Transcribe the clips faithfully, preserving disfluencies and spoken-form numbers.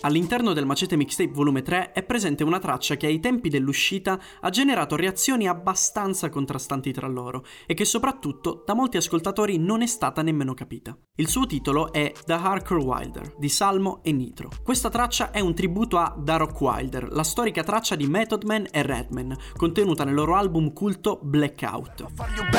All'interno del Macete Mixtape volume tre è presente una traccia che ai tempi dell'uscita ha generato reazioni abbastanza contrastanti tra loro e che soprattutto da molti ascoltatori non è stata nemmeno capita. Il suo titolo è The Hardcore Wilder di Salmo e Nitro. Questa traccia è un tributo a Da Rock Wilder, la storica traccia di Method Man e Redman, contenuta nel loro album culto Blackout.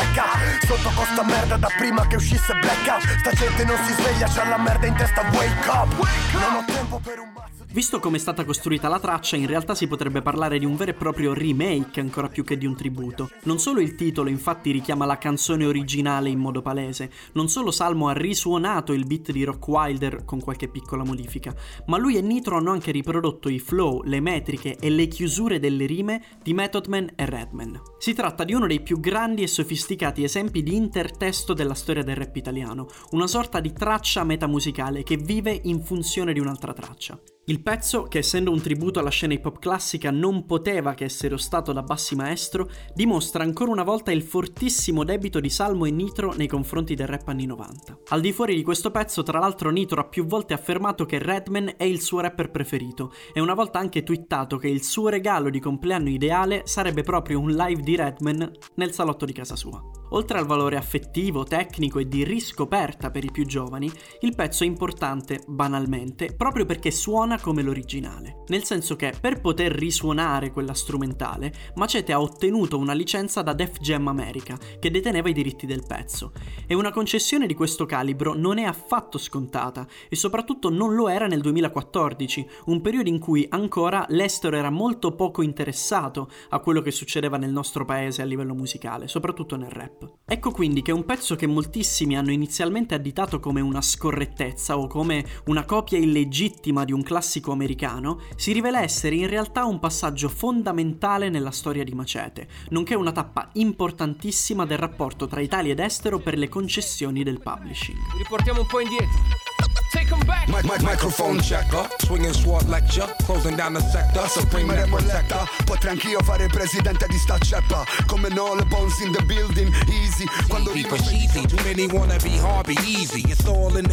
Sotto costa merda da prima che uscisse Blackout. Sta gente non si sveglia, c'ha la merda in testa, wake up. Non ho tempo per un mazzo di... Visto come è stata costruita la traccia, in realtà si potrebbe parlare di un vero e proprio remake ancora più che di un tributo. Non solo il titolo infatti richiama la canzone originale in modo palese, non solo Salmo ha risuonato il beat di Rock Wilder con qualche piccola modifica, ma lui e Nitro hanno anche riprodotto i flow, le metriche e le chiusure delle rime di Method Man e Redman. Si tratta di uno dei più grandi e sofisticati esempi di intertesto della storia del rap italiano, una sorta di traccia metamusicale che vive in funzione di un'altra traccia. Il pezzo, che essendo un tributo alla scena hip hop classica non poteva che essere ostato da Bassi Maestro, dimostra ancora una volta il fortissimo debito di Salmo e Nitro nei confronti del rap anni novanta. Al di fuori di questo pezzo, tra l'altro, Nitro ha più volte affermato che Redman è il suo rapper preferito e una volta anche twittato che il suo regalo di compleanno ideale sarebbe proprio un live di Redman nel salotto di casa sua. Oltre al valore affettivo, tecnico e di riscoperta per i più giovani, il pezzo è importante, banalmente, proprio perché suona come l'originale. Nel senso che, per poter risuonare quella strumentale, Macete ha ottenuto una licenza da Def Jam America, che deteneva i diritti del pezzo. E una concessione di questo calibro non è affatto scontata, e soprattutto non lo era nel duemilaquattordici, un periodo in cui ancora l'estero era molto poco interessato a quello che succedeva nel nostro paese a livello musicale, soprattutto nel rap. Ecco quindi che un pezzo che moltissimi hanno inizialmente additato come una scorrettezza o come una copia illegittima di un classico americano si rivela essere in realtà un passaggio fondamentale nella storia di Macete, nonché una tappa importantissima del rapporto tra Italia ed estero per le concessioni del publishing. Riportiamo un po' indietro. Take 'em back. My, my, microphone checker, swinging sword lecture, closing down the sector, supreme network sector. Potrei anch'io fare presidente di sta ceppa, come no le bones in the building, easy. Quando People easy, too many wanna be hard, be easy. It's all in the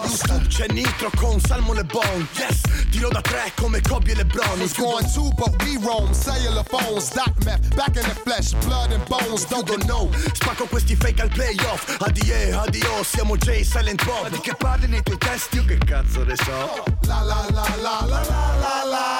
c'è Nitro con Salmo le Bon, yes. Tiro da tre come Kobe e LeBron. It's going to, but we roam. Cellular phones, dot meth, back in the flesh, blood and bones. Don't you know, spacco questi fake al playoff. Adie, addio, siamo Jay, Silent Bob. Ma di che parli nei tuoi testi? Io che cazzo ne so. La la la la la la la la.